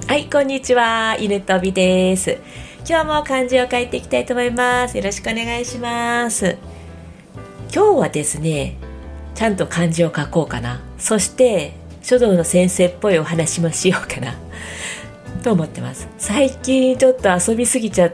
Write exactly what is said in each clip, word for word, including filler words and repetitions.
はい、こんにちは。犬飛びです。今日も漢字を書いていきたいと思います。よろしくお願いします。今日はですね、ちゃんと漢字を書こうかな。そして書道の先生っぽいお話もしようかなと思ってます。最近ちょっと遊びすぎちゃって、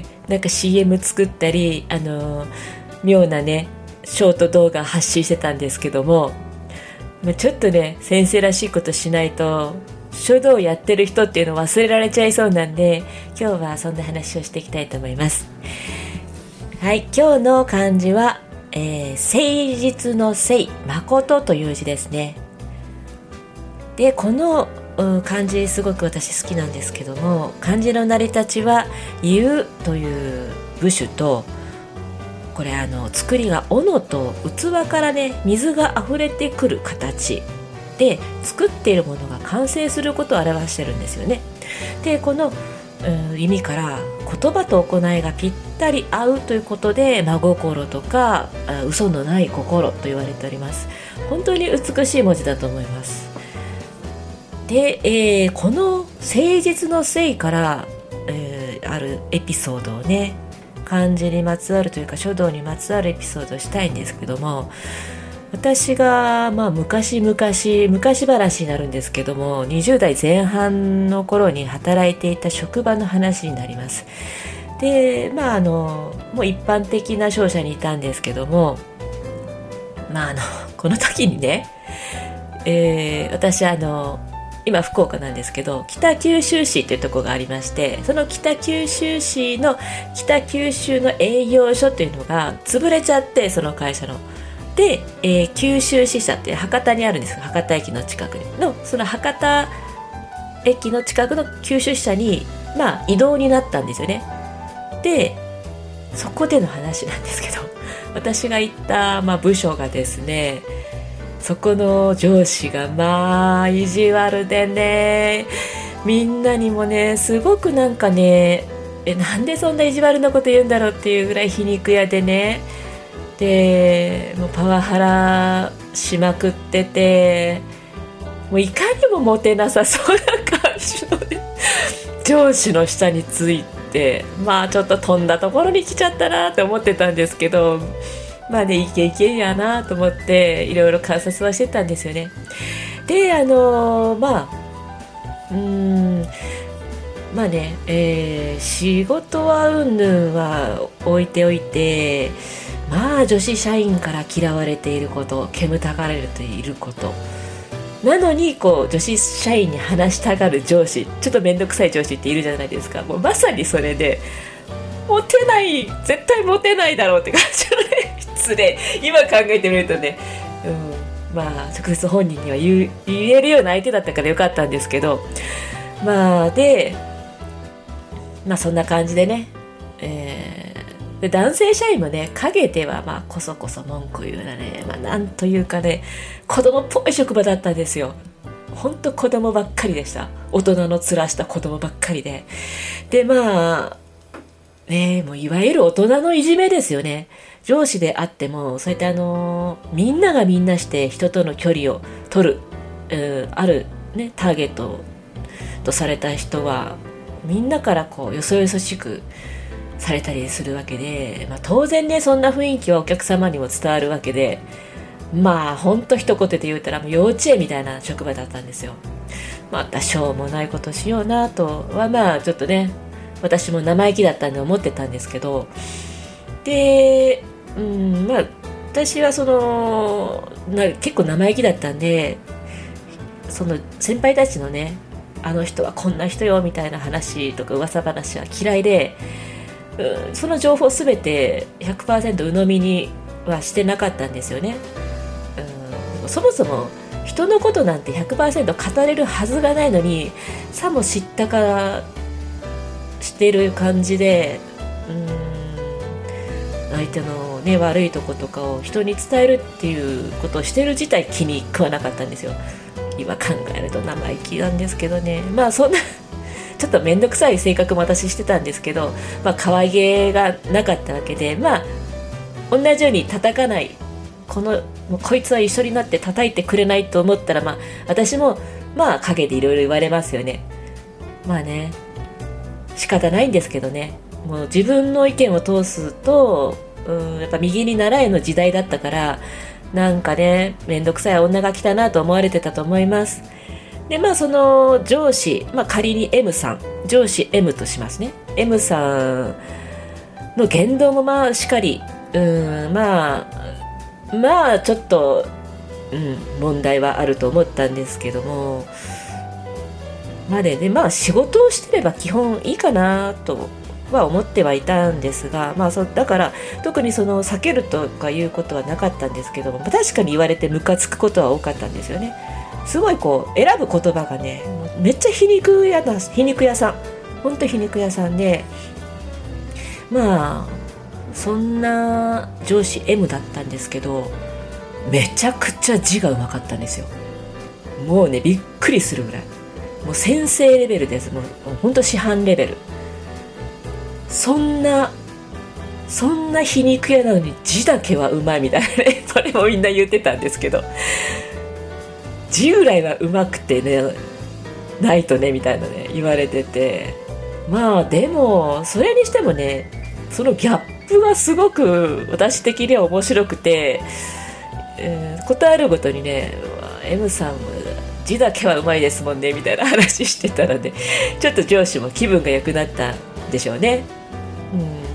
なんか シーエム 作ったり、あの妙なねショート動画発信してたんですけども、まあ、ちょっとね先生らしいことしないと書道をやってる人っていうのを忘れられちゃいそうなんで、今日はそんな話をしていきたいと思います。はい、今日の漢字は、えー、誠実の誠、誠という字ですね。で、この漢字すごく私好きなんですけども、漢字の成り立ちは湯という部首と、これあの作りが斧と器からね水があふれてくる形で、作っているものが完成することを表してるんですよね。で、この、うん、意味から言葉と行いがぴったり合うということで、真心とか嘘のない心と言われております。本当に美しい文字だと思います。で、えー、この誠実の誠から、えー、あるエピソードをね、漢字にまつわるというか書道にまつわるエピソードをしたいんですけども、私が、まあ、昔々昔話になるんですけども、にじゅう代前半の頃に働いていた職場の話になります。で、まああのもう一般的な商社にいたんですけども、まああのこの時にね、えー、私あの今福岡なんですけど、北九州市というところがありまして、その北九州市の北九州の営業所というのが潰れちゃって、その会社ので、えー、九州支社って博多にあるんですが、博多駅の近くにのその博多駅の近くの九州支社に、まあ、異動になったんですよね。で、そこでの話なんですけど、私が行った、まあ、部署がですね、そこの上司がまあ意地悪でね、みんなにもねすごくなんかね、えなんでそんな意地悪なこと言うんだろうっていうぐらい皮肉屋でね、でもうパワハラしまくってて、もういかにもモテなさそうな感じの、ね、上司の下について、まあちょっと飛んだところに来ちゃったなって思ってたんですけど、まあね、イケイケやなと思っていろいろ観察はしてたんですよね。で、あのー、まあうーんまあね、えー、仕事はうんぬんは置いておいて、まあ女子社員から嫌われていること、煙たがられていることなのに、こう女子社員に話したがる上司、ちょっと面倒くさい上司っているじゃないですか。もうまさにそれで、モテない、絶対モテないだろうって感じのね、失礼、今考えてみるとね、うん、まあ直接本人には 言, う言えるような相手だったからよかったんですけど、まあでまあそんな感じでね、えー、で男性社員もね、陰ではまあこそこそ文句言うなね、まあなんというかね、子供っぽい職場だったんですよ。本当子供ばっかりでした。大人の面した子供ばっかりで、でまあね、もういわゆる大人のいじめですよね。上司であっても、そうやってあのー、みんながみんなして人との距離を取る、うん、ある、ね、ターゲットとされた人はみんなからこうよそよそしくされたりするわけで、まあ、当然ねそんな雰囲気はお客様にも伝わるわけで、まあほんと一言で言うたらもう幼稚園みたいな職場だったんですよ。またしょうもないことしようなとはまあちょっとね、私も生意気だったんで思ってたんですけど、で、うん、まあ私はそのな結構生意気だったんで、その先輩たちのね、あの人はこんな人よみたいな話とか噂話は嫌いで、うん、その情報すべて ひゃくパーセント 鵜呑みにはしてなかったんですよね。うん、そもそも人のことなんて ひゃくパーセント 語れるはずがないのに、さも知ったかしている感じで、うーん相手の、ね、悪いとことかを人に伝えるっていうことをしている自体気に食わなかったんですよ。今考えると生意気なんですけどね。まあそんなちょっと面倒くさい性格も私してたんですけど、まあ可愛げがなかったわけで、まあ同じように叩かない、このこいつは一緒になって叩いてくれないと思ったら、まあ私もまあ陰でいろいろ言われますよね。 まあね仕方ないんですけどね、もう自分の意見を通すと、うん、やっぱ右に習えの時代だったから、なんかねめんどくさい女が来たなと思われてたと思います。でまあその上司、まあ、仮に M さん、上司 M としますね。 M さんの言動もまあしかり、うんまあまあちょっと、うん、問題はあると思ったんですけども、までね、まあ仕事をしてれば基本いいかなとは思ってはいたんですが、まあ、そだから特にその避けるとかいうことはなかったんですけども、確かに言われてムカつくことは多かったんですよね。すごいこう選ぶ言葉がねめっちゃ皮肉屋だ、皮肉屋さん、ほんと皮肉屋さんで、まあそんな上司 M だったんですけど、めちゃくちゃ字がうまかったんですよ。もうねびっくりするぐらい、もう先生レベルです。もうほんと師範レベル。そんなそんな皮肉屋なのに字だけはうまいみたいなねそれもみんな言ってたんですけど、字ぐらいはうまくてねないとねみたいなね言われてて、まあでもそれにしてもねそのギャップがすごく私的には面白くて、えー、ことあるごとにね M さん字だけはうまいですもんねみたいな話してたらね、ちょっと上司も気分が良くなったんでしょうね。うん、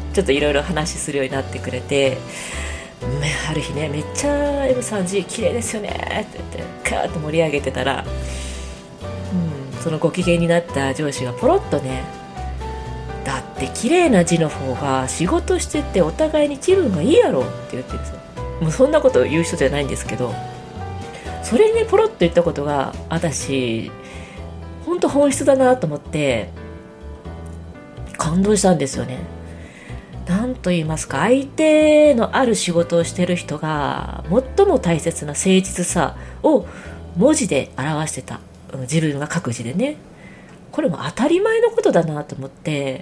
ちょっといろいろ話するようになってくれて、ある日ねめっちゃ M さん字綺麗ですよねって言ってカーッと盛り上げてたら、うん、そのご機嫌になった上司がポロッとね、だって綺麗な字の方が仕事しててお互いに気分がいいやろって言ってるんですよ。もうそんなことを言う人じゃないんですけど、それにねポロッと言ったことが私本当本質だなと思って感動したんですよね。なんと言いますか、相手のある仕事をしている人が最も大切な誠実さを文字で表してた、自分が書く字でね。これも当たり前のことだなと思って、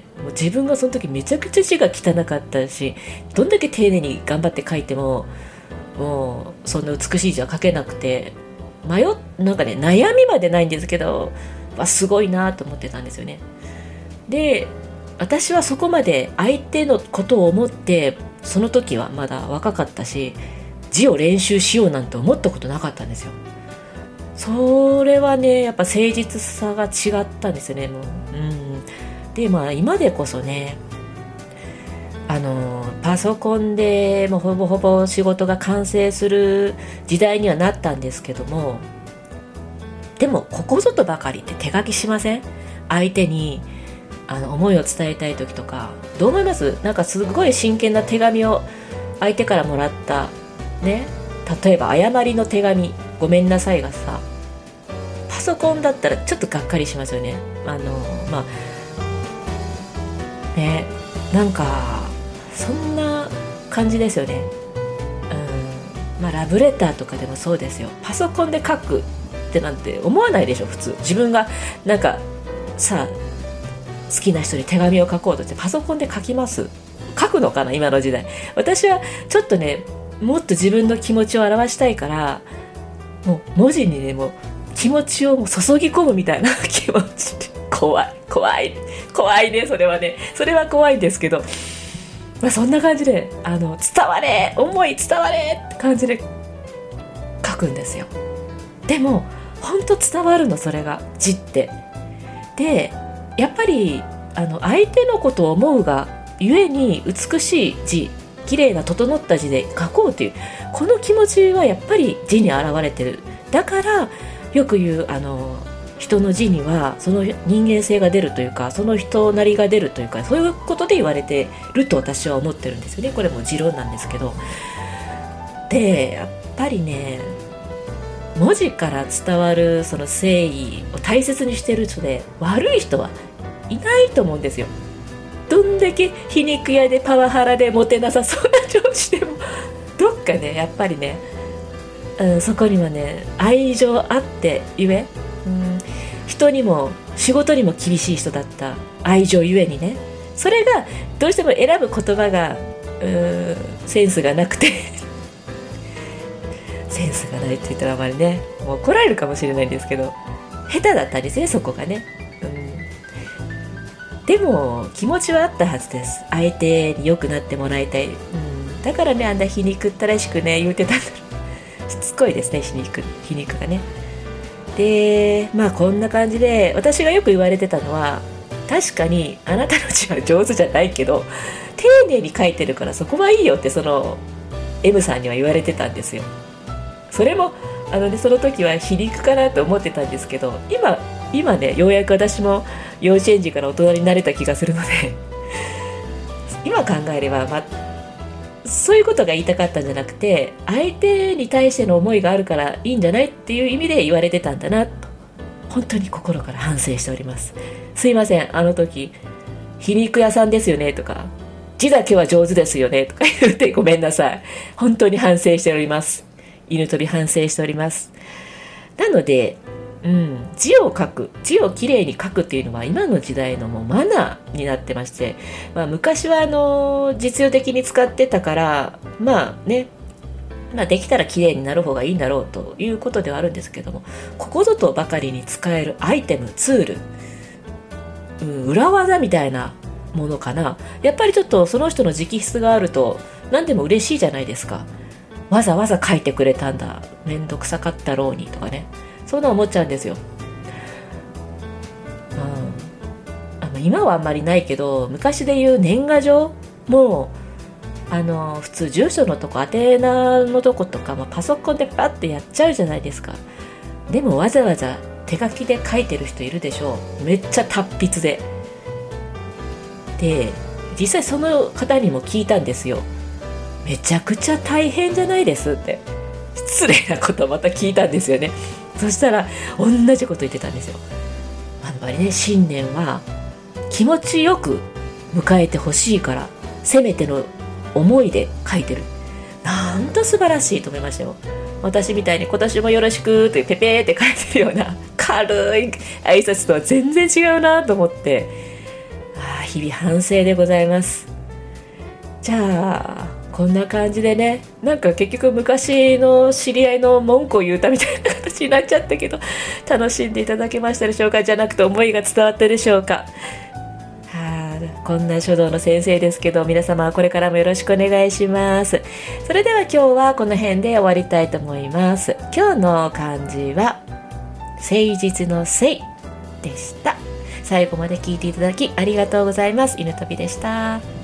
もう自分がその時めちゃくちゃ字が汚かったし、どんだけ丁寧に頑張って書いてももうそんな美しい字は書けなくて、迷っなんかね悩みまでないんですけど、すごいなと思ってたんですよね。で私はそこまで相手のことを思って、その時はまだ若かったし字を練習しようなんて思ったことなかったんですよ。それはねやっぱ誠実さが違ったんですよね。もう、うん、でまあ今でこそねあのパソコンでもうほぼほぼ仕事が完成する時代にはなったんですけども、でもここぞとばかりって手書きしません？相手にあの思いを伝えたい時とか。どう思います？なんかすごい真剣な手紙を相手からもらったね、例えば誤りの手紙ごめんなさいがさ、パソコンだったらちょっとがっかりしますよね。あのまあね、なんかそんな感じですよね。うん、まあラブレターとかでもそうですよ。パソコンで書くってなんて思わないでしょ普通。自分がなんかさ好きな人に手紙を書こうとしてパソコンで書きます？書くのかな今の時代。私はちょっとねもっと自分の気持ちを表したいから、もう文字にねもう気持ちをもう注ぎ込むみたいな気持ち。怖い怖い怖いね、それはねそれは怖いんですけど、まあ、そんな感じであの伝われ思い伝われって感じで書くんですよ。でも本当伝わるのそれが字って。でやっぱりあの相手のことを思うがゆえに美しい字、綺麗な整った字で書こうというこの気持ちはやっぱり字に表れてる。だからよく言うあの人の字にはその人間性が出るというか、その人なりが出るというか、そういうことで言われてると私は思ってるんですよね。これも持論なんですけど。でやっぱりね文字から伝わるその誠意を大切にしてる人で悪い人はいないと思うんですよ。どんだけ皮肉屋でパワハラでモテなさそうな上司でもどっかねやっぱりね、うん、そこにはね愛情あってゆえ、うん、人にも仕事にも厳しい人だった愛情ゆえにね、それがどうしても選ぶ言葉がうーんセンスがなくてセンスがないって言ったらあまりねもう怒られるかもしれないんですけど、下手だったんですねそこがね、 でも気持ちはあったはずです。相手に良くなってもらいたい、うん、だからねあんな皮肉ったらしくね言うてたんだろう。しつこいですね、皮肉皮肉がね。でまあこんな感じで私がよく言われてたのは、確かにあなたの字は上手じゃないけど丁寧に書いてるからそこはいいよってその M さんには言われてたんですよ。それもあの、ね、その時は皮肉かなと思ってたんですけど、今今ねようやく私も幼稚園児から大人になれた気がするので今考えれば、まあ、そういうことが言いたかったんじゃなくて、相手に対しての思いがあるからいいんじゃないっていう意味で言われてたんだなと本当に心から反省しております。すいません、あの時皮肉屋さんですよねとか字だけは上手ですよねとか言ってごめんなさい。本当に反省しております。犬飛び反省しております。なので、うん、字を書く字をきれいに書くっていうのは今の時代のもうマナーになってまして、まあ、昔はあの実用的に使ってたからまあねまあ、できたら綺麗になる方がいいんだろうということではあるんですけども、ここぞとばかりに使えるアイテムツール、うん、裏技みたいなものかな。やっぱりちょっとその人の直筆があると何でも嬉しいじゃないですか。わざわざ書いてくれたんだ、めんどくさかったろうにとかね、そんな思っちゃうんですよ。うん、あの今はあんまりないけど昔でいう年賀状もあの普通住所のとこ宛名のとことかもパソコンでパッてやっちゃうじゃないですか。でもわざわざ手書きで書いてる人いるでしょう。めっちゃ達筆で。で実際その方にも聞いたんですよ。めちゃくちゃ大変じゃないですって失礼なことをまた聞いたんですよね。そしたら同じこと言ってたんですよ。やっぱりね、新年は気持ちよく迎えてほしいからせめての思いで書いてる。なんと素晴らしいと思いましたよ。私みたいに今年もよろしくってペペーって書いてるような軽い挨拶とは全然違うなと思って、ああ日々反省でございます。じゃあこんな感じでね、なんか結局昔の知り合いの文句を言うたみたいな形になっちゃったけど、楽しんでいただけましたでしょうか。じゃなくて思いが伝わったでしょうか。こんな書道の先生ですけど、皆様これからもよろしくお願いします。それでは今日はこの辺で終わりたいと思います。今日の漢字は誠実の誠でした。最後まで聞いていただきありがとうございます。犬飛びでした。